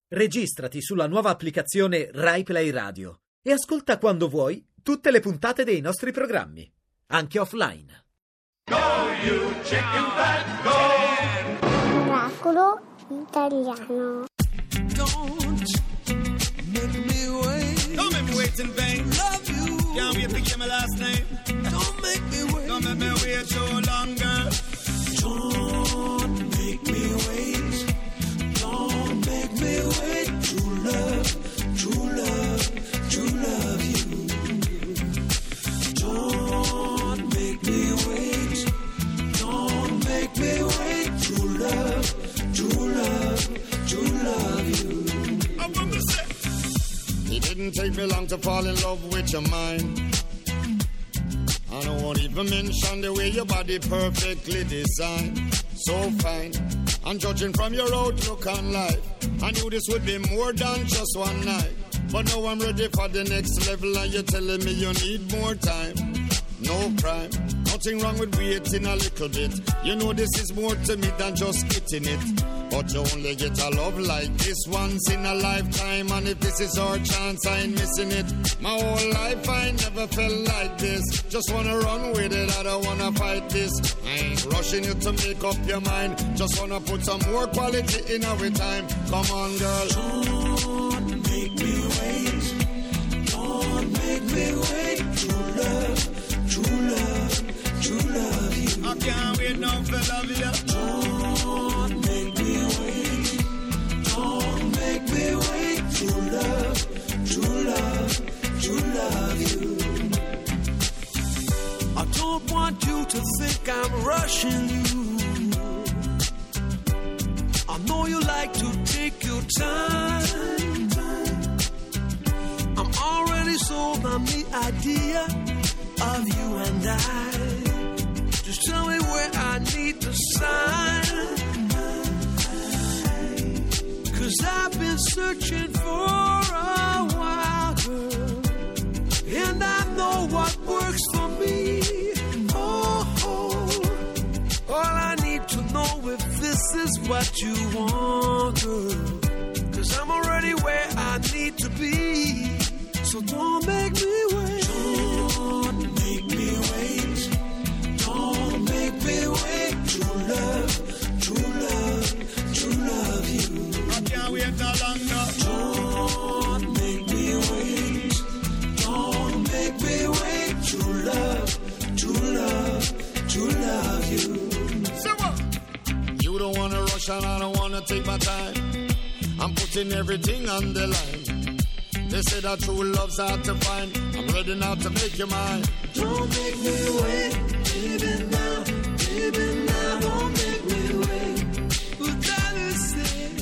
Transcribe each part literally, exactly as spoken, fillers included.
Registrati sulla nuova applicazione Rai Play Radio e ascolta quando vuoi tutte le puntate dei nostri programmi, anche offline. Go you chicken fat, go! Oracolo italiano. Don't make me wait. Don't make me wait in vain. Love you. Can't wait to hear my last name. Don't make me wait. Don't make me wait so long, girl. Don't make me wait. Don't make me wait. True love, true love, true love you. Don't make me wait. Don't make me wait. True love, true love, true love you. I'm gonna say. It didn't take me long to fall in love with your mind. I don't want to even mention the way your body perfectly designed. So fine. And judging from your outlook on life, I knew this would be more than just one night. But now I'm ready for the next level and you're telling me you need more time. No crime, nothing wrong with waiting a little bit. You know this is more to me than just getting it. But you only get a love like this once in a lifetime. And if this is our chance, I ain't missing it. My whole life I never felt like this. Just wanna run with it, I don't wanna fight this. I ain't rushing you to make up your mind. Just wanna put some more quality in our time. Come on, girl. Don't make me wait. Don't make me wait. True love, true love, true love you. I can't wait now for love you. Don't make me wait. Don't make me wait. True love, true love, true love you. I don't want you to think I'm rushing you. I know you like to take your time. I'm already sold on the idea of you and I. Just tell me where I need to sign. 'Cause I've been searching for a while, girl, and I know what works for me. Oh, oh. All I need to know if this is what you want, girl, 'cause I'm already where I need to be. So don't make me wait. Don't make me wait. Don't make me wait. True love, true love, true love you. I can't wait no longer. Don't make me wait. Don't make me wait. True love, true love, true love you. So what? You don't wanna rush and I don't wanna take my time. I'm putting everything on the line. They say that true love's hard to find. I'm ready now to make you mine. Don't make me wait, baby now, baby now, don't make me wait. Without a say,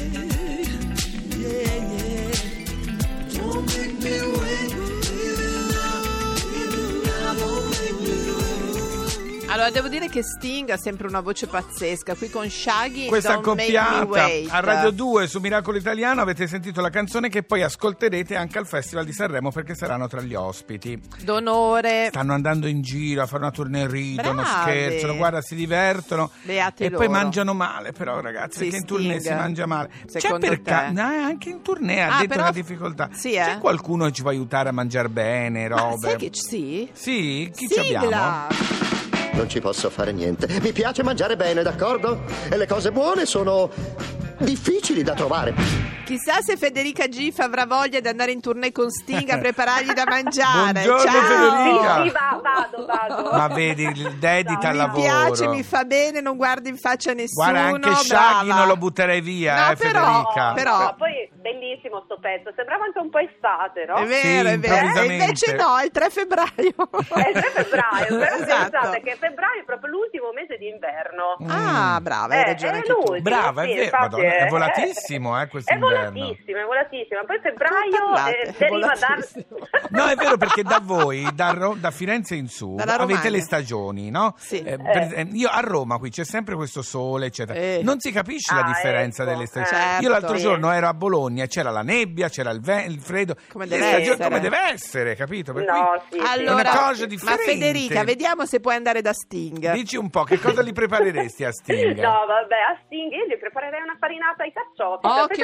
yeah, yeah. Don't make me wait, baby now, baby now, don't make me wait. Allora, devo dire che Sting ha sempre una voce pazzesca. Qui con Shaggy, questa Don't Make Me accoppiata Wait. a Radio due su Miracolo Italiano. Avete sentito la canzone che poi ascolterete anche al Festival di Sanremo, perché saranno tra gli ospiti. D'onore. Stanno andando in giro a fare una tournée, ridono, Bravi. scherzano, guarda, si divertono. Beati e loro. poi mangiano male, però, ragazzi, Sì, perché in tournée Sting. si mangia male. Secondo C'è per te? ca- no, anche in tournée ha Ah, detto però- una difficoltà. Sì, eh? C'è qualcuno che ci può aiutare a mangiare bene, Ma robe? sai che c- sì? Sì? Chi ci Sigla. abbiamo? Non ci posso fare niente. Mi piace mangiare bene, d'accordo? E le cose buone sono difficili da trovare. Chissà se Federica Giff avrà voglia di andare in tournée con Sting a preparargli da mangiare. Buongiorno, Ciao. Federica. Sì, va, vado, vado. Ma vedi, il dedita al Mi lavoro. piace, mi fa bene, non guardi in faccia a nessuno. Guarda, anche Shaggy brava. non lo butterei via, No, eh, però- Federica. però- No, poi bellissimo sto pezzo, sembrava anche un po' estate, no? È vero, Sì, è vero. E improvvisamente. invece no, è il tre febbraio. È il tre febbraio, però Esatto. pensate che febbraio è proprio l'ultimo mese d'inverno. Ah, brava, hai Eh, ragione è anche tu. l'ultimo, Brava, sì, è vero, infatti, Madonna, è eh, volatissimo, eh, questo È inverno. volatissimo, è volatissimo. Poi febbraio parlate? eh, deriva da... Volatissimo. No, è vero, perché da voi, da, Ro- da Firenze in su, Dalla avete Romagna. le stagioni, no? Sì. Eh, per- eh, io a Roma qui c'è sempre questo sole, eccetera. Eh. Non si capisce la Ah, differenza ecco, delle stagioni. certo. Io l'altro Sì. giorno ero a Bologna, c'era la nebbia, c'era il, ve- il freddo. Come Le deve stagioni essere. come deve essere, capito? Per No, cui sì, sì. Allora, è una cosa ma differente. Federica, vediamo se puoi andare da Sting. Dici un po', che cosa gli prepareresti a Sting? No, vabbè, a Sting io gli preparerei una farinata ai carciofi. Oh, sapete che perché?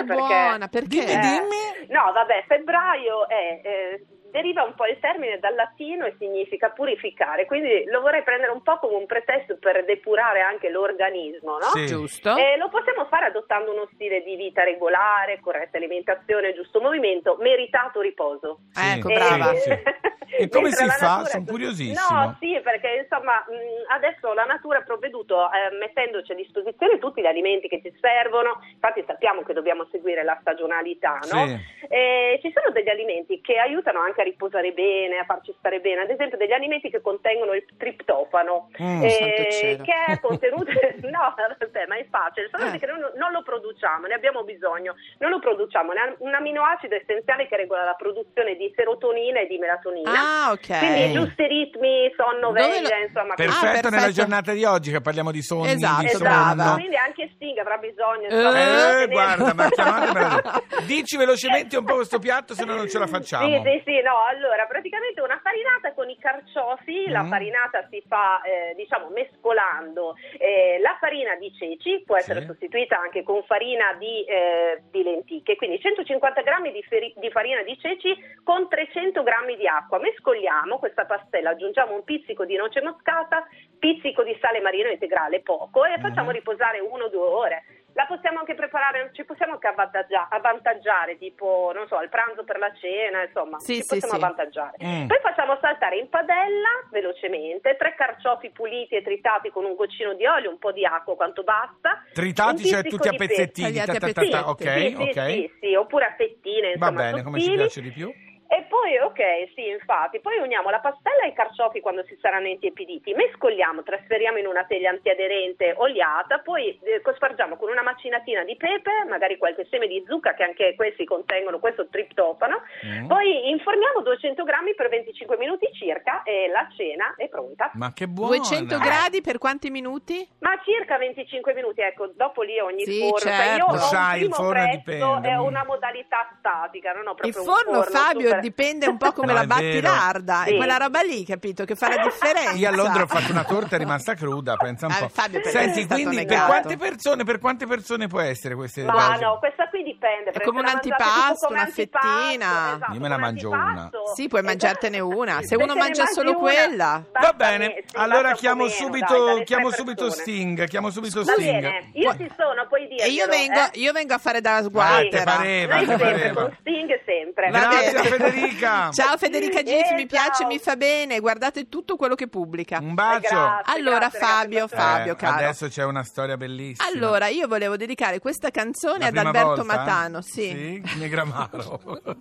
buona, perché? Dimmi, Eh, dimmi. No, vabbè, febbraio è... Eh, deriva un po' il termine dal latino e significa purificare, quindi lo vorrei prendere un po' come un pretesto per depurare anche l'organismo, no? Sì. Giusto? E lo possiamo fare adottando uno stile di vita regolare, corretta alimentazione, giusto movimento, meritato riposo. Sì, Ecco, E- brava. sì, sì. E come Mentre si la fa? natura- Sono curiosissimo. No, sì, perché insomma mh, adesso la natura ha provveduto eh, mettendoci a disposizione tutti gli alimenti che ci servono, infatti sappiamo che dobbiamo seguire la stagionalità, no? Sì. E ci sono degli alimenti che aiutano anche a riposare bene, a farci stare bene, ad esempio degli alimenti che contengono il triptofano, Mm, eh, santo cielo. che è contenuto, no, vabbè, ma è facile, solo Eh. che non, non lo produciamo, ne abbiamo bisogno, non lo produciamo, è un aminoacido essenziale che regola la produzione di serotonina e di melatonina. Ah, ok. Quindi i giusti ritmi, sonno, Dove veglia, lo- insomma. Perfetto, Ah, perfetto. nella giornata di oggi che parliamo di sonni, Esatto, di Esatto, sonno. quindi anche Sting avrà bisogno. Eh, insomma, Eh, di- guarda, ma chiamatemela. Dici velocemente un po' questo piatto, se no non ce la facciamo. Sì, sì, sì, no, allora praticamente una farinata con i carciofi, la Mm. farinata si fa eh, diciamo mescolando eh, la farina di ceci, può essere Sì. sostituita anche con farina di, eh, di lenticchie, quindi centocinquanta grammi di, feri- di farina di ceci con trecento grammi di acqua, mescoliamo questa pastella, aggiungiamo un pizzico di noce moscata, pizzico di sale marino integrale, poco, e facciamo Mm. riposare uno o due ore. La possiamo anche preparare, ci possiamo anche avvantaggia- avvantaggiare, tipo, non so, al pranzo per la cena, insomma, Sì, ci sì, possiamo sì. avvantaggiare. Mm. Poi facciamo saltare in padella, velocemente, tre carciofi puliti e tritati con un goccino di olio, un po' di acqua, quanto basta. Tritati, un cioè pizzico tutti a di pepe. pezzettini. Tagliati a ta, ta, ta, ta, pezzetti. ok, Sì, sì, ok. sì, sì, oppure a fettine, Va insomma, bene, come ci sottili. piace di più. E poi, ok, sì, infatti, poi uniamo la pastella e i carciofi quando si saranno intiepiditi, mescoliamo, trasferiamo in una teglia antiaderente oliata, poi eh, cospargiamo con una macinatina di pepe, magari qualche seme di zucca, che anche questi contengono questo triptofano, Mm. poi inforniamo duecento grammi per venticinque minuti circa e la cena è pronta. Ma che buona. duecento gradi per quanti minuti? Ma circa venticinque minuti, ecco, dopo lì ogni Sì, forno, cioè io certo. ho Lo sai, un il primo forno fresco, dipende. è una modalità statica, non ho Il proprio un forno, forno Fabio, super- dipende un po' come No, la è batti vero. larda. Sì. È quella roba lì, capito, che fa la differenza. Io a Londra ho fatto una torta, è rimasta cruda, pensa un Ah, po'. Fabio, perché Senti, è stato quindi per negato. quante persone, per quante persone può essere queste Ma cose? no, questa qui dipende. perché come se un la mangiate antipasto, tipo come una antipasto, fettina. esatto, Io me ne come mangio antipasto, Sì, puoi esatto. mangiartene una. Se Se uno te ne mangia mangi solo una, quella. basta Va bene, me- sì, allora basta chiamo un po' meno, subito, dai, dalle chiamo tre subito persone. Sting, chiamo subito Va Sting. bene, io Poi- ci sono, puoi dirglielo. E io vengo, eh? io vengo a fare da Sì, sguartera. pareva, Noi ti sempre, pareva. con Sting sempre. Va Grazie bene. a Federica. Ciao Federica Gif, Eh, mi piace, ciao. mi fa bene. Guardate tutto quello che pubblica. Un bacio. Grazie, Allora, grazie, Fabio, ragazzi, Fabio, Eh, caro. adesso c'è una storia bellissima. Allora, io volevo dedicare questa canzone La ad prima Alberto volta? Matano. Sì. Sì, Negramaro.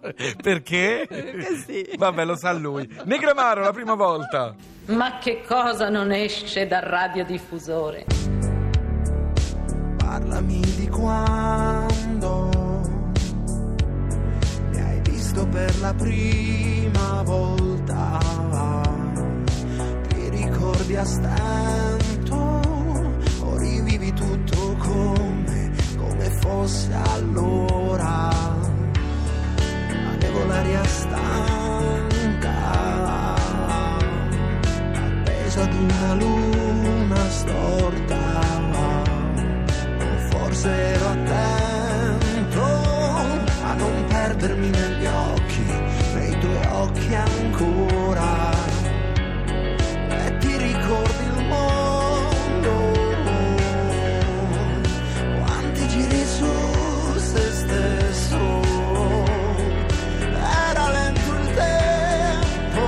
Perché? Perché sì. Vabbè, lo sa lui. Negramaro, la prima volta. Ma che cosa non esce dal radiodiffusore? Parlami di quando mi hai visto per la prima volta. Ti ricordi a stento o rivivi tutto come, come fosse allora. Avevo l'aria stanca, appesa ad una luna storta. Forse ero attento a non perdermi negli occhi, nei tuoi occhi ancora. E ti ricordi il mondo, quanti giri su se stesso. Era lento il tempo,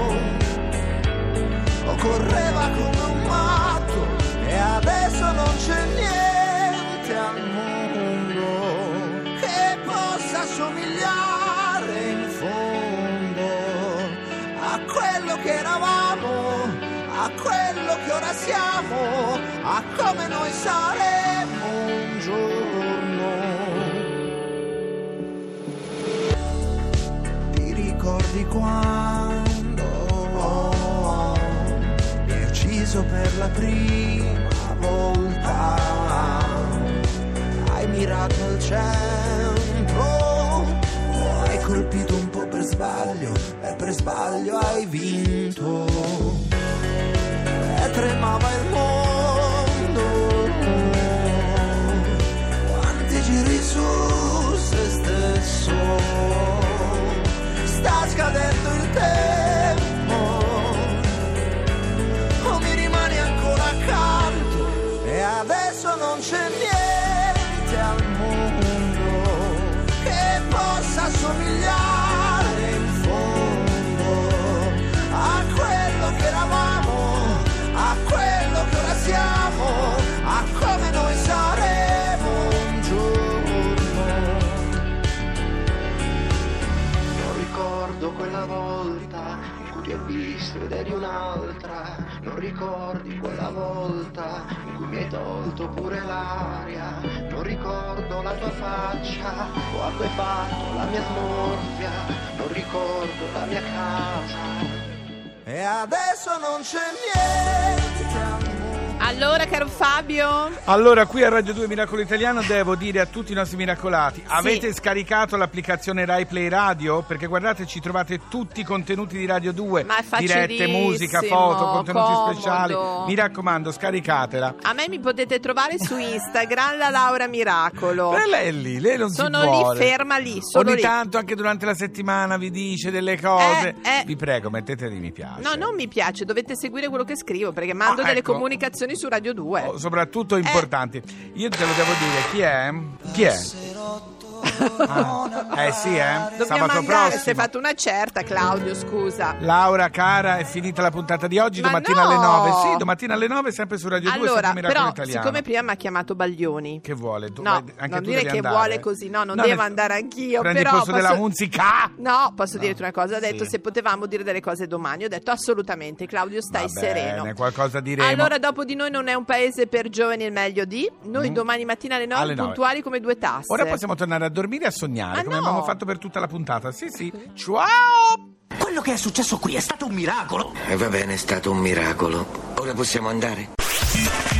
o correva come un matto, e adesso non c'è niente al mondo che possa somigliare in fondo a quello che eravamo, a quello che ora siamo, a come noi saremo un giorno. Ti ricordi quando mi hai ucciso per la prima volta? Hai mirato al centro, hai colpito un po' per sbaglio e per sbaglio hai vinto. E tremava il mondo, quanti giri su se ti ho visto ed eri un'altra. Non ricordi quella volta in cui mi hai tolto pure l'aria. Non ricordo la tua faccia o acquefatto la mia smorfia. Non ricordo la mia casa. E adesso non c'è niente, amore. Allora, caro Fabio? Allora, qui a Radio due Miracolo Italiano devo dire a tutti i nostri miracolati: sì. Avete scaricato l'applicazione Rai Play Radio? Perché guardate, ci trovate tutti i contenuti di Radio due. Ma è dirette, musica, foto, contenuti comodo. speciali. Mi raccomando, scaricatela. A me mi potete trovare su Instagram, la Laura Miracolo. E lei è lì, lei non sono si vuole. lì, ferma lì, sono Ogni lì. tanto anche durante la settimana vi dice delle cose. Eh, eh. Vi prego, mettete lì mi piace. No, non mi piace, dovete seguire quello che scrivo, perché mando Ah, delle ecco. comunicazioni su Radio due. Oh, soprattutto importanti. Io te lo devo dire, chi è? Chi è? Ah, eh sì, eh? Dobbiamo Sabato andare, prossimo. si è fatto una certa, Claudio, scusa. Laura, cara, è finita la puntata di oggi, Ma domattina no! alle nove. Sì, domattina alle nove, sempre su Radio due, Allora, sempre Miracolo però, Italiano. siccome prima mi ha chiamato Baglioni. Che vuole? Tu, No, vai- anche non tu dire devi che andare. vuole così, no, non No, devo nel- andare anch'io. Prendi però il posto posso... della musica? No, posso No. dirti una cosa, ha detto Sì. se potevamo dire delle cose domani, ho detto assolutamente, Claudio, stai Va sereno. bene, qualcosa diremo. Allora, dopo di noi non è un paese per giovani il meglio di. Noi Mm. domani mattina alle nove, Alle nove. puntuali come due tasse. Ora possiamo tornare a dormire e a sognare, Ma come no. abbiamo fatto per tutta la puntata. Sì, sì. Ciao! Quello che è successo qui è stato un miracolo. E va bene, è stato un miracolo. Ora possiamo andare?